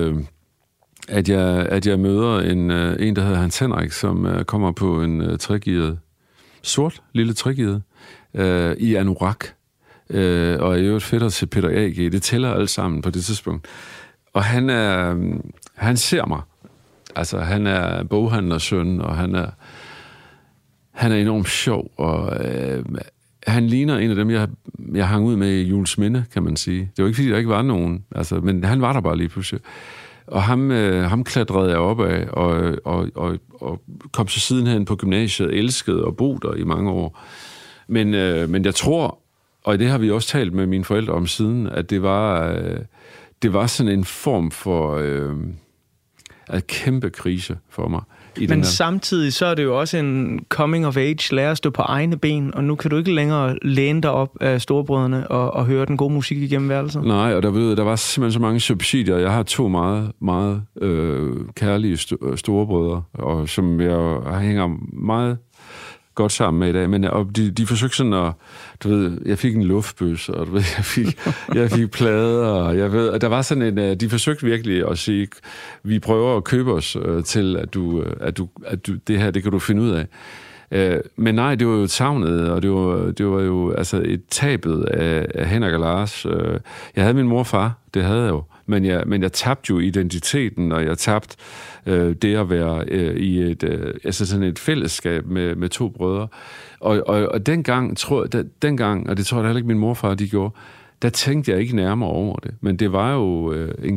at jeg møder en, der hedder Hans Henrik, som kommer på en sort lille tregearet i anorak. Og er jo et fætter til Peter A.G. Det tæller alt sammen på det tidspunkt. Og han ser mig. Altså, han er boghandlersøn, og han er enormt sjov, og han ligner en af dem, jeg hang ud med i Juelsminde, kan man sige. Det var ikke, fordi der ikke var nogen, altså, men han var der bare lige pludselig. Og ham klatrede jeg op af, og kom så sidenhen på gymnasiet, elskede og bo der i mange år. Men jeg tror, og det har vi også talt med mine forældre om siden, at det var sådan en form for en kæmpe krise for mig. Men samtidig så er det jo også en coming of age, lære at stå på egne ben, og nu kan du ikke længere læne dig op af storebrødrene og høre den gode musik igennem værelset. Nej, og der var simpelthen så mange subsidier. Jeg har 2 meget, meget kærlige storebrødre, og som jeg hænger meget godt sammen med i dag, men de forsøgte sådan at, du ved, jeg fik en luftbøs, og du ved, jeg fik plader, og jeg ved, der var sådan en, de forsøgte virkelig at sige, vi prøver at købe os til, at du det her, det kan du finde ud af. Men nej, det var jo savnet, og det var jo altså et tabet af Henrik og Lars. Jeg havde min mor og far, det havde jeg jo, men jeg tabte jo identiteten, og jeg tabte det at være i sådan et fællesskab med 2 brødre. Og dengang, og det tror jeg heller ikke min mor og far, de gjorde, der tænkte jeg ikke nærmere over det. Men det var jo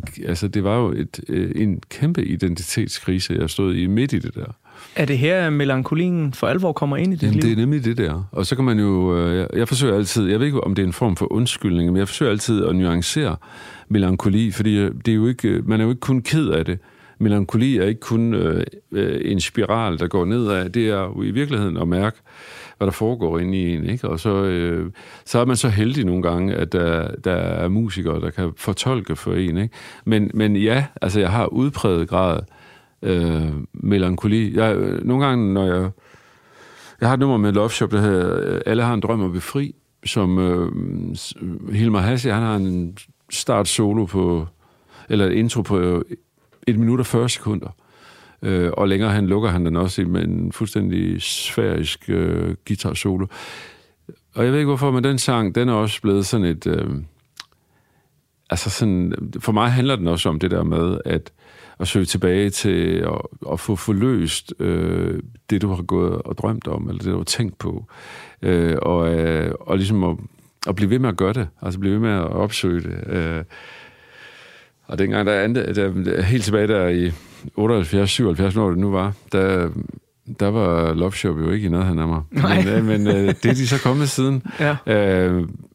en kæmpe identitetskrise, jeg stod i midt i det der. Er det her, melankolien for alvor kommer ind i dit liv? Det er nemlig det der. Og så kan man jo... Jeg forsøger altid... Jeg ved ikke, om det er en form for undskyldning, men jeg forsøger altid at nuancere melankoli, fordi det er jo ikke, man er jo ikke kun ked af det. Melankoli er ikke kun en spiral, der går nedad. Det er jo i virkeligheden at mærke, hvad der foregår inde i en, ikke? Og så er man så heldig nogle gange, at der er musikere, der kan fortolke for en, ikke? Men ja, altså jeg har udpræget grad melankoli. Nogle gange, når jeg har et nummer med Love Shop, der hedder Alle har en drøm at befri, som Hilmar Hassi, han har en start solo på, eller et intro på 1 minut og 40 sekunder. Og længere lukker han den også med en fuldstændig sfærisk guitar solo. Og jeg ved ikke hvorfor, men den sang, den er også blevet sådan et... altså sådan, for mig handler den også om det der med, at søge tilbage til at få forløst det, du har gået og drømt om, eller det, du har tænkt på. Og ligesom at blive ved med at gøre det, altså blive ved med at opsøge det. Og dengang, der helt tilbage der i 78, 77, når det nu var, der var Love Shop jo ikke i nærheden af mig. Men det er de så kommet siden. Ja.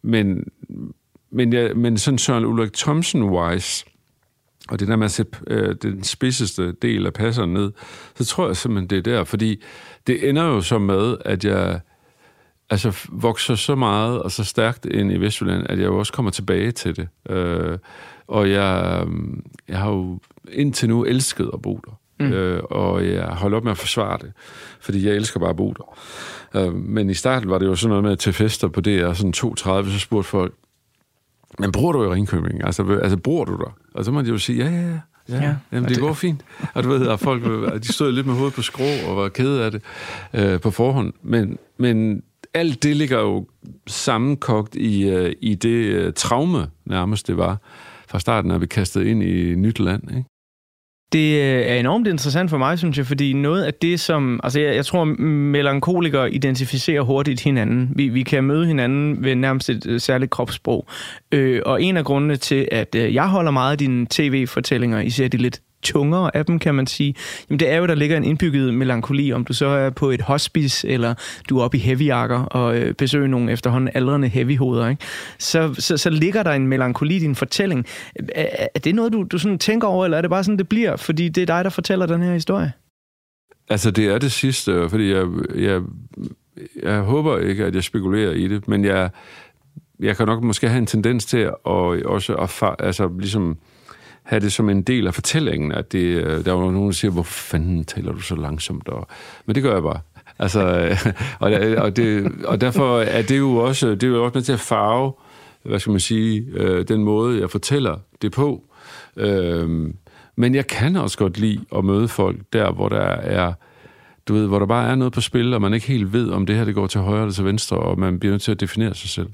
Men sådan Søren Ulrik Thomsen-wise, og det der med at sætte den spidseste del af passeren ned, så tror jeg simpelthen, det er der. Fordi det ender jo så med, at jeg vokser så meget og så stærkt ind i Vestjylland, at jeg jo også kommer tilbage til det. Og jeg har jo indtil nu elsket at bo der. Og jeg holder op med at forsvare det, fordi jeg elsker bare at bo der. Men i starten var det jo sådan noget med til fester på DR, sådan 2:30, så spurgte folk, men bor du i Ringkøbing? Altså bor du der? Og så må de jo sige, ja. Jamen, det går fint. Og du ved, at folk de stod lidt med hovedet på skrå og var kede af det på forhånd. Men alt det ligger jo sammenkogt i det traume, nærmest det var, fra starten, at vi kastede ind i nyt land, ikke? Det er enormt interessant for mig, synes jeg, fordi noget af det, som... Altså, jeg tror, melankolikere identificerer hurtigt hinanden. Vi kan møde hinanden ved nærmest et særligt kropssprog. Og en af grundene til, at jeg holder meget af dine tv-fortællinger, især de lidt tungere af dem, kan man sige, jamen det er jo, der ligger en indbygget melankoli, om du så er på et hospice, eller du er oppe i heavyjakker og besøger nogle efterhånden aldrende heavyhoveder, ikke? Så ligger der en melankoli i din fortælling. Er det noget, du sådan tænker over, eller er det bare sådan, det bliver, fordi det er dig, der fortæller den her historie? Altså, det er det sidste, fordi jeg håber ikke, at jeg spekulerer i det, men jeg kan nok måske have en tendens til at også ligesom have det som en del af fortællingen, at der var nogen, der siger, hvor fanden taler du så langsomt? Men det gør jeg bare. Altså, og derfor er det jo også med til at farve, hvad skal man sige, den måde, jeg fortæller det på. Men jeg kan også godt lide at møde folk der, hvor der er, du ved, hvor der bare er noget på spil, og man ikke helt ved, om det her det går til højre eller til venstre, og man bliver nødt til at definere sig selv.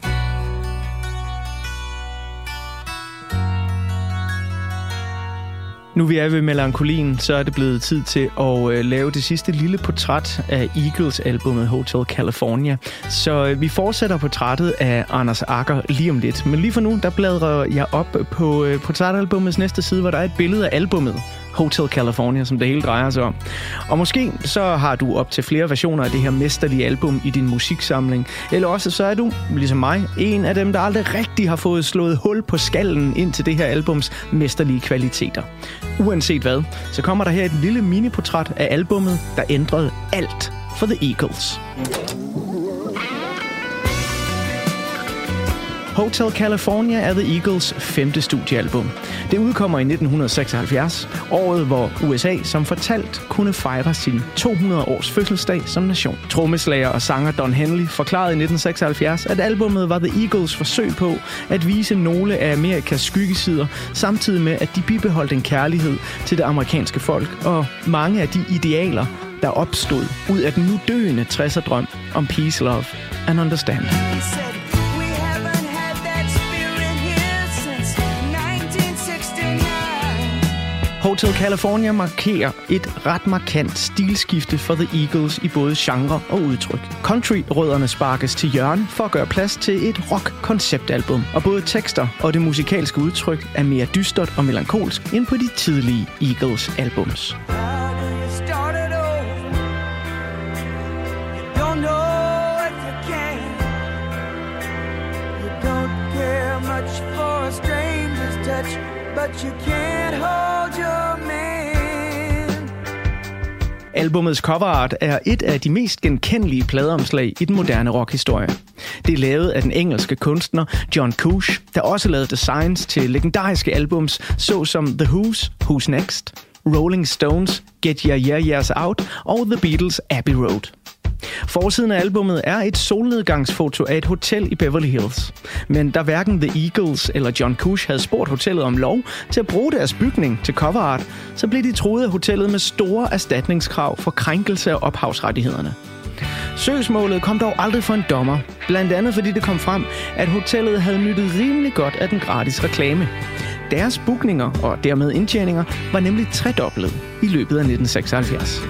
Nu vi er ved melankolien, så er det blevet tid til at lave det sidste lille portræt af Eagles-albummet Hotel California. Så vi fortsætter portrættet af Anders Agger lige om lidt. Men lige for nu, der bladrer jeg op på portrætalbummets næste side, hvor der er et billede af albummet Hotel California, som det hele drejer sig om. Og måske så har du op til flere versioner af det her mesterlige album i din musiksamling. Eller også så er du, ligesom mig, en af dem, der aldrig rigtig har fået slået hul på skallen ind til det her albums mesterlige kvaliteter. Uanset hvad, så kommer der her et lille miniportræt af albummet, der ændrede alt for The Eagles. Hotel California er The Eagles 5. studiealbum. Det udkommer i 1976, året hvor USA, som fortalt, kunne fejre sin 200-års fødselsdag som nation. Trommeslager og sanger Don Henley forklarede i 1976, at albummet var The Eagles forsøg på at vise nogle af Amerikas skyggesider, samtidig med at de bibeholdt en kærlighed til det amerikanske folk og mange af de idealer, der opstod ud af den nu døende 60'er-drøm om peace, love and understanding. Hotel California markerer et ret markant stilskifte for The Eagles i både genre og udtryk. Country-rødderne sparkes til hjørne for at gøre plads til et rock-konceptalbum, og både tekster og det musikalske udtryk er mere dystert og melankolsk end på de tidlige Eagles-albums. But you can't hold your man. Albumets coverart er et af de mest genkendelige pladeomslag i den moderne rockhistorie. Det er lavet af den engelske kunstner John Couch, der også lavede designs til legendariske albums såsom The Who's Who's Next, Rolling Stones Get Your Yeah Yeahs Out og The Beatles Abbey Road. Forsiden af albummet er et solnedgangsfoto af et hotel i Beverly Hills. Men da hverken The Eagles eller John Couch havde spurgt hotellet om lov til at bruge deres bygning til coverart, så blev de truet af hotellet med store erstatningskrav for krænkelse af ophavsrettighederne. Søgsmålet kom dog aldrig for en dommer, blandt andet fordi det kom frem, at hotellet havde nyttet rimelig godt af den gratis reklame. Deres bookninger og dermed indtjeninger var nemlig tredoblet i løbet af 1976.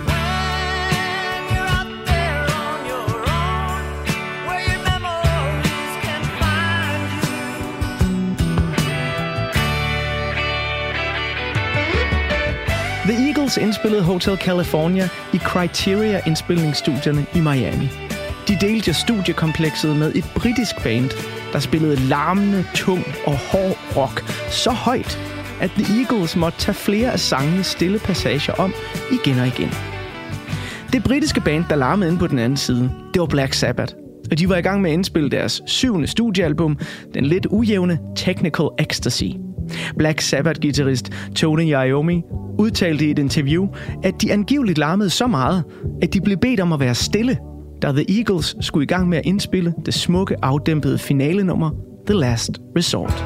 The Eagles indspillede Hotel California i Criteria-indspilningsstudierne i Miami. De delte studiekomplekset med et britisk band, der spillede larmende, tung og hård rock så højt, at The Eagles måtte tage flere af sangenes stille passager om igen og igen. Det britiske band, der larmede inde på den anden side, det var Black Sabbath, og de var i gang med at indspille deres 7. studiealbum, den lidt ujævne Technical Ecstasy. Black Sabbath-guitarist Tony Iommi udtalte i et interview, at de angiveligt larmede så meget, at de blev bedt om at være stille, da The Eagles skulle i gang med at indspille det smukke, afdæmpede finalenummer The Last Resort.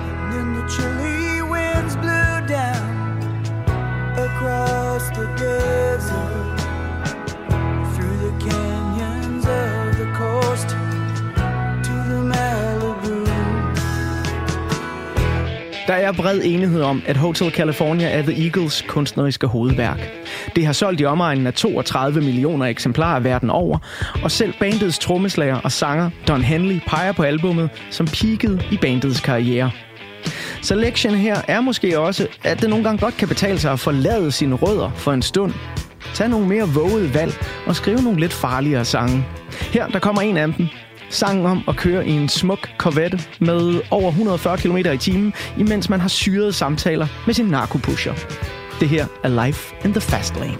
Der er bred enighed om, at Hotel California er The Eagles kunstneriske hovedværk. Det har solgt i omegnen af 32 millioner eksemplarer verden over, og selv bandets trommeslager og sanger Don Henley peger på albummet som peaket i bandets karriere. Så lektionen her er måske også, at det nogle gange godt kan betale sig at forlade sine rødder for en stund. Tag nogle mere vågede valg og skrive nogle lidt farligere sange. Her der kommer en af dem. Sangen om at køre i en smuk Corvette med over 140 km i timen, imens man har syrede samtaler med sin narkopusher. Det her er Life in the Fast Lane.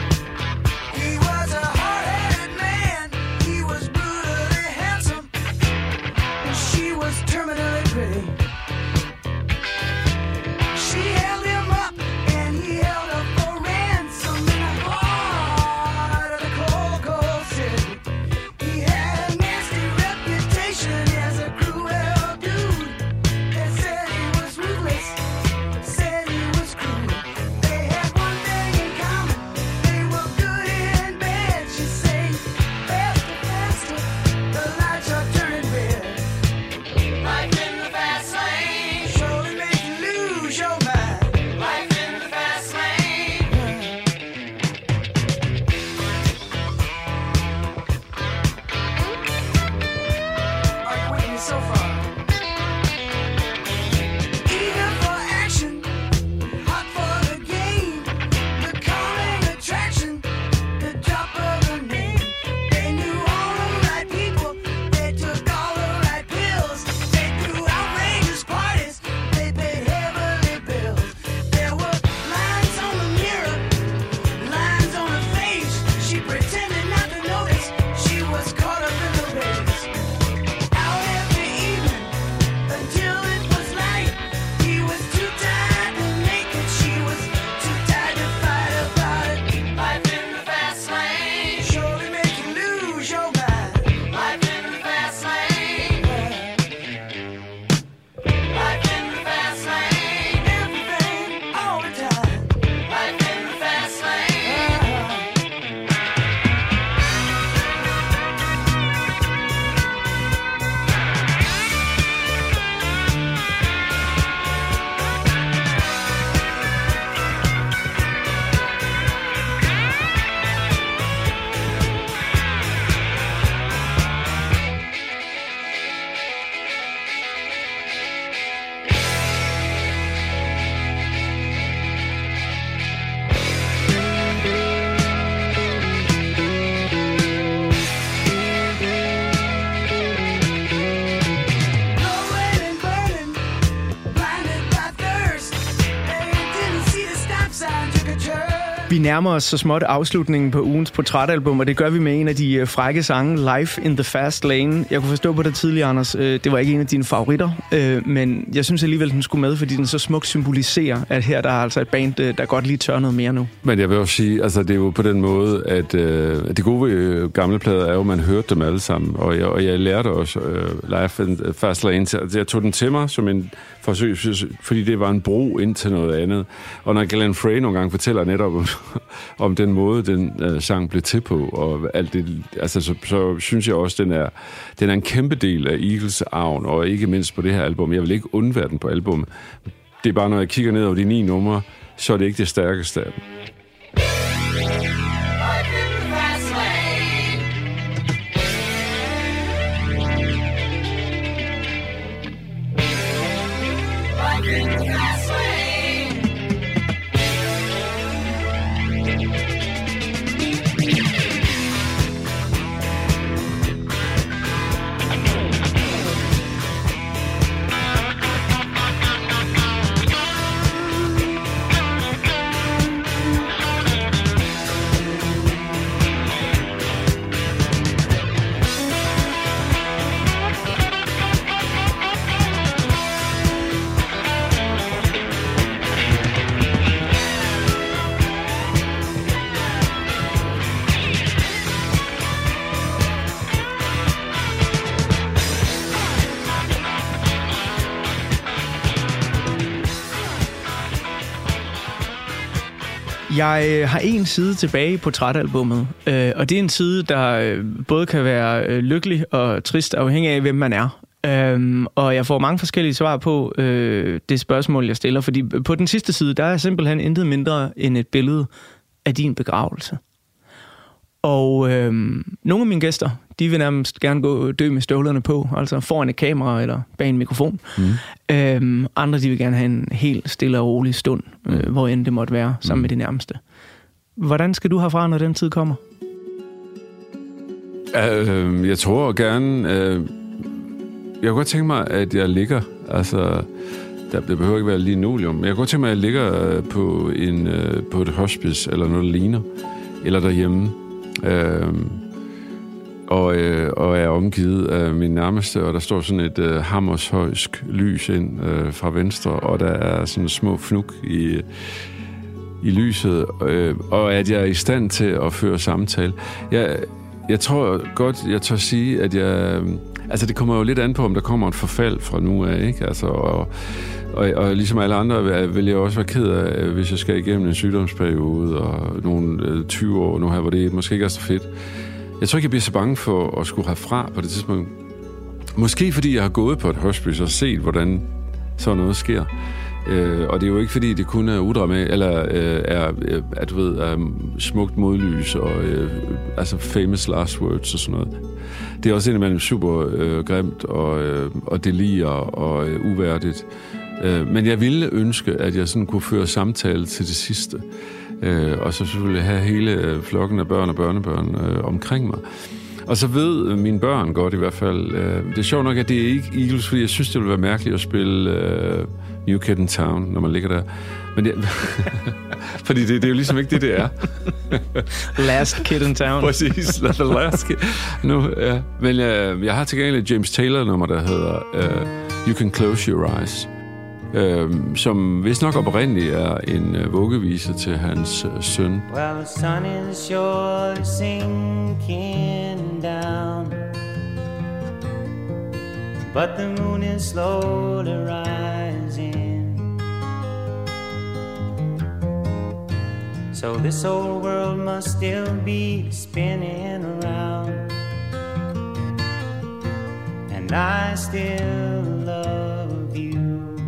Vi nærmer os så småt afslutningen på ugens portrætalbum, og det gør vi med en af de frække sange, Life in the Fast Lane. Jeg kunne forstå på det tidligere, Anders, det var ikke en af dine favoritter, men jeg synes alligevel, den skulle med, fordi den så smukt symboliserer, at her der er altså et band, der godt lige tør noget mere nu. Men jeg vil også sige, altså det er jo på den måde, at de gode gamle plader er jo, man hørte dem alle sammen, og jeg lærte også Life in the Fast Lane. Jeg tog den til mig som en fordi det var en bro ind til noget andet. Og når Glenn Frey nogle gange fortæller netop om den måde, den sang blev til på, og alt det, altså, så synes jeg også, den er en kæmpe del af Eagles' arven, og ikke mindst på det her album. Jeg vil ikke undvære den på album. Det er bare, når jeg kigger ned over de 9 numre, så er det ikke det stærkeste af dem. Jeg har en side tilbage i portrætalbummet, og det er en side, der både kan være lykkelig og trist, afhængig af, hvem man er. Og jeg får mange forskellige svar på det spørgsmål, jeg stiller, fordi på den sidste side, der er simpelthen intet mindre end et billede af din begravelse. Og nogle af mine gæster, de vil nærmest gerne dø med støvlerne på, altså foran et kamera eller bag en mikrofon. Andre, de vil gerne have en helt stille og rolig stund, hvor end det måtte være, sammen med de nærmeste. Hvordan skal du herfra, når den tid kommer? Jeg tror gerne... jeg kunne godt tænke mig, at jeg ligger... Altså, det behøver ikke være lige nu, men jeg kunne godt tænke mig, at jeg ligger på et hospice, eller noget, der ligner, eller derhjemme. Og er omgivet af min nærmeste, og der står sådan et hammershøjsk lys ind fra venstre, og der er sådan små fnuk i lyset, og at jeg er i stand til at føre samtale. Jeg tror godt, jeg tør sige, at jeg... Altså, det kommer jo lidt an på, om der kommer et forfald fra nu af, ikke? Altså, og ligesom alle andre vil jeg også være ked af, hvis jeg skal igennem en sygdomsperiode og nogle 20 år nu her, hvor det måske ikke er så fedt. Jeg tror ikke, jeg bliver så bange for at skulle herfra på det tidspunkt. Måske fordi jeg har gået på et hospice og set, hvordan sådan noget sker. Og det er jo ikke fordi, det kun er udramatisk, eller at du ved, er smukt modlys og altså famous last words og sådan noget. Det er også indimellem super grimt og delier og uværdigt. Men jeg ville ønske, at jeg sådan kunne føre samtale til det sidste. Og så selvfølgelig have hele flokken af børn og børnebørn omkring mig. Og så ved mine børn godt i hvert fald. Det er sjovt nok, at det er ikke Eagles, fordi jeg synes, det ville være mærkeligt at spille New Kid in Town, når man ligger der. Men fordi det er jo ligesom ikke det er. Last Kid in Town. Præcis, the last kid. Nu, ja. Men jeg har til gengæld et James Taylor-nummer, der hedder You Can Close Your Eyes. Som vist nok oprindeligt er en vuggevise til hans søn. Well, the sun is surely sinking down, but the moon is slowly rising. So this old world must still be spinning around, and I still love you.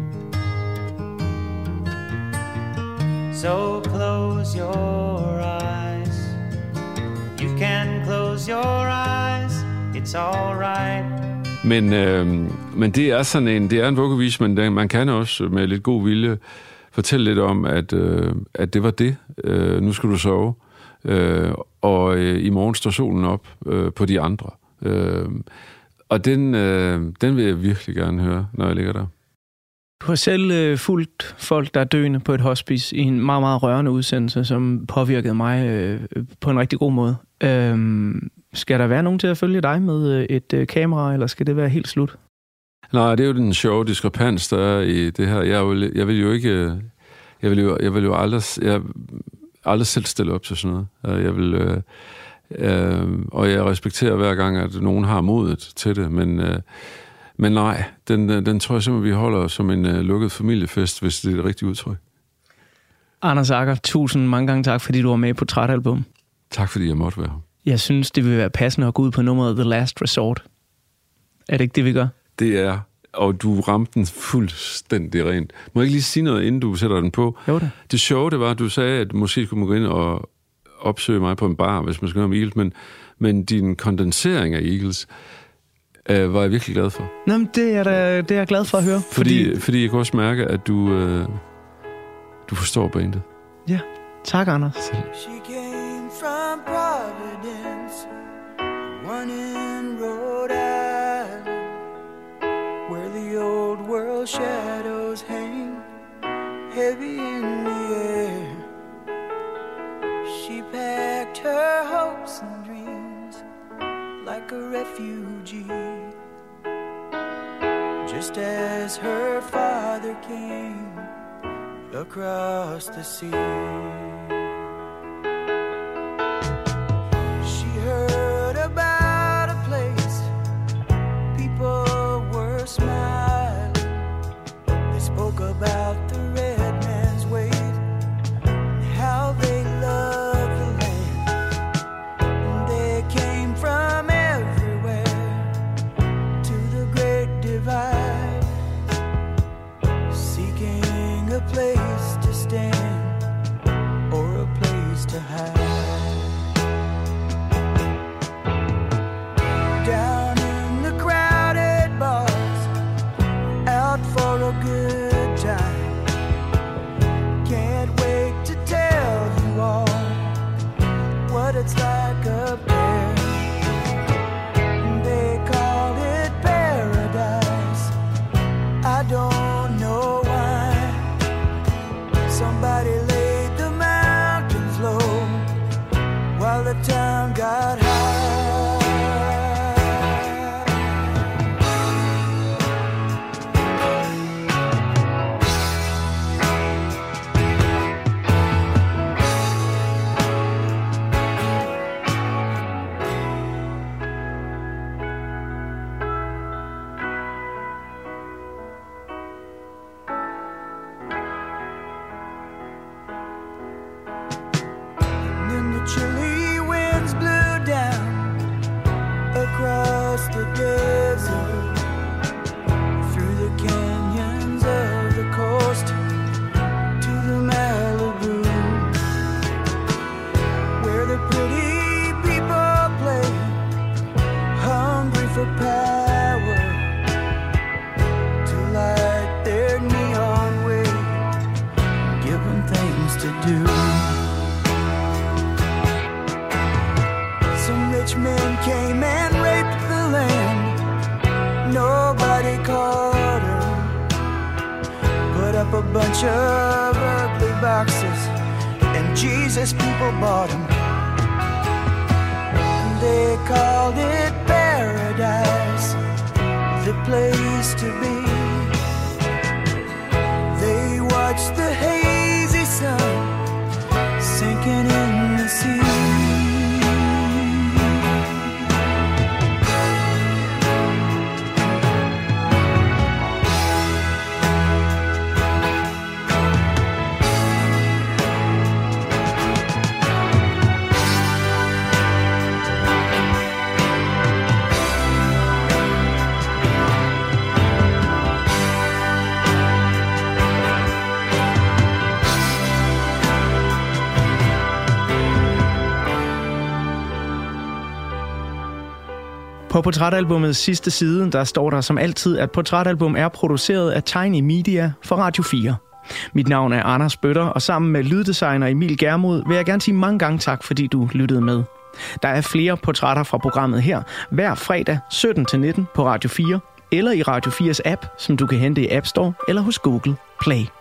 So close your eyes. You can close your eyes. It's all right. Men det er sådan det er en vuggevis, men man kan også med lidt god vilje fortælle lidt om, at det var det. Nu skal du sove. Og i morgen står solen op på de andre. Og den vil jeg virkelig gerne høre, når jeg ligger der. Du har selv fulgt folk, der er døende på et hospice i en meget, meget rørende udsendelse, som påvirkede mig på en rigtig god måde. Skal der være nogen til at følge dig med et kamera, eller skal det være helt slut? Nej, det er jo den sjove diskrepans, der er i det her. Jeg vil jo aldrig selv stille op til sådan noget. Og jeg respekterer hver gang, at nogen har modet til det, Men nej, den tror jeg simpelthen, vi holder som en lukket familiefest, hvis det er det rigtige udtryk. Anders Agger, tusind mange gange tak, fordi du var med i Portrætalbum. Tak, fordi jeg måtte være her. Jeg synes, det vil være passende at gå ud på nummeret The Last Resort. Er det ikke det, vi gør? Det er, og du ramte den fuldstændig rent. Må jeg ikke lige sige noget, inden du sætter den på? Jo da. Det sjove, det var, at du sagde, at måske skulle man gå ind og opsøge mig på en bar, hvis man skal høre om Eagles, men din kondensering af Eagles var jeg virkelig glad for. Nå, men det er jeg glad for at høre. Fordi jeg kan også mærke, at du forstår bandet. Ja, tak Anders. She came from Providence, one in Rhode Island, where the old world shadows hang heavy in the air. She packed her hopes and dreams like a refugee, just as her father came across the sea. She heard about a place people were smiling. They spoke about the red man's ways and how they loved the land. And they came from everywhere to the Great Divide, seeking a place to stand or a place to hide. Down in the crowded bars, out for a good time. Can't wait to tell you all what it's like up there. They call it paradise. I don't know why. Somebody laid the mountains low while the town got high. And then the chilly winds blew down across the desert, through the canyons of the coast to the Malibu, where the pretty people play, hungry for power, to light their neon way, give them things to do. Some rich men came and raped the land. Nobody caught them. Put up a bunch of ugly boxes, and Jesus people bought them. And they called it paradise, the place to be. They watched the hazy sun sinking in the sea. På Portrætalbummets sidste side, der står der som altid, at Portrætalbum er produceret af Tiny Media for Radio 4. Mit navn er Anders Bøtter, og sammen med lyddesigner Emil Germod vil jeg gerne sige mange gange tak, fordi du lyttede med. Der er flere portrætter fra programmet her, hver fredag 17-19 på Radio 4, eller i Radio 4's app, som du kan hente i App Store eller hos Google Play.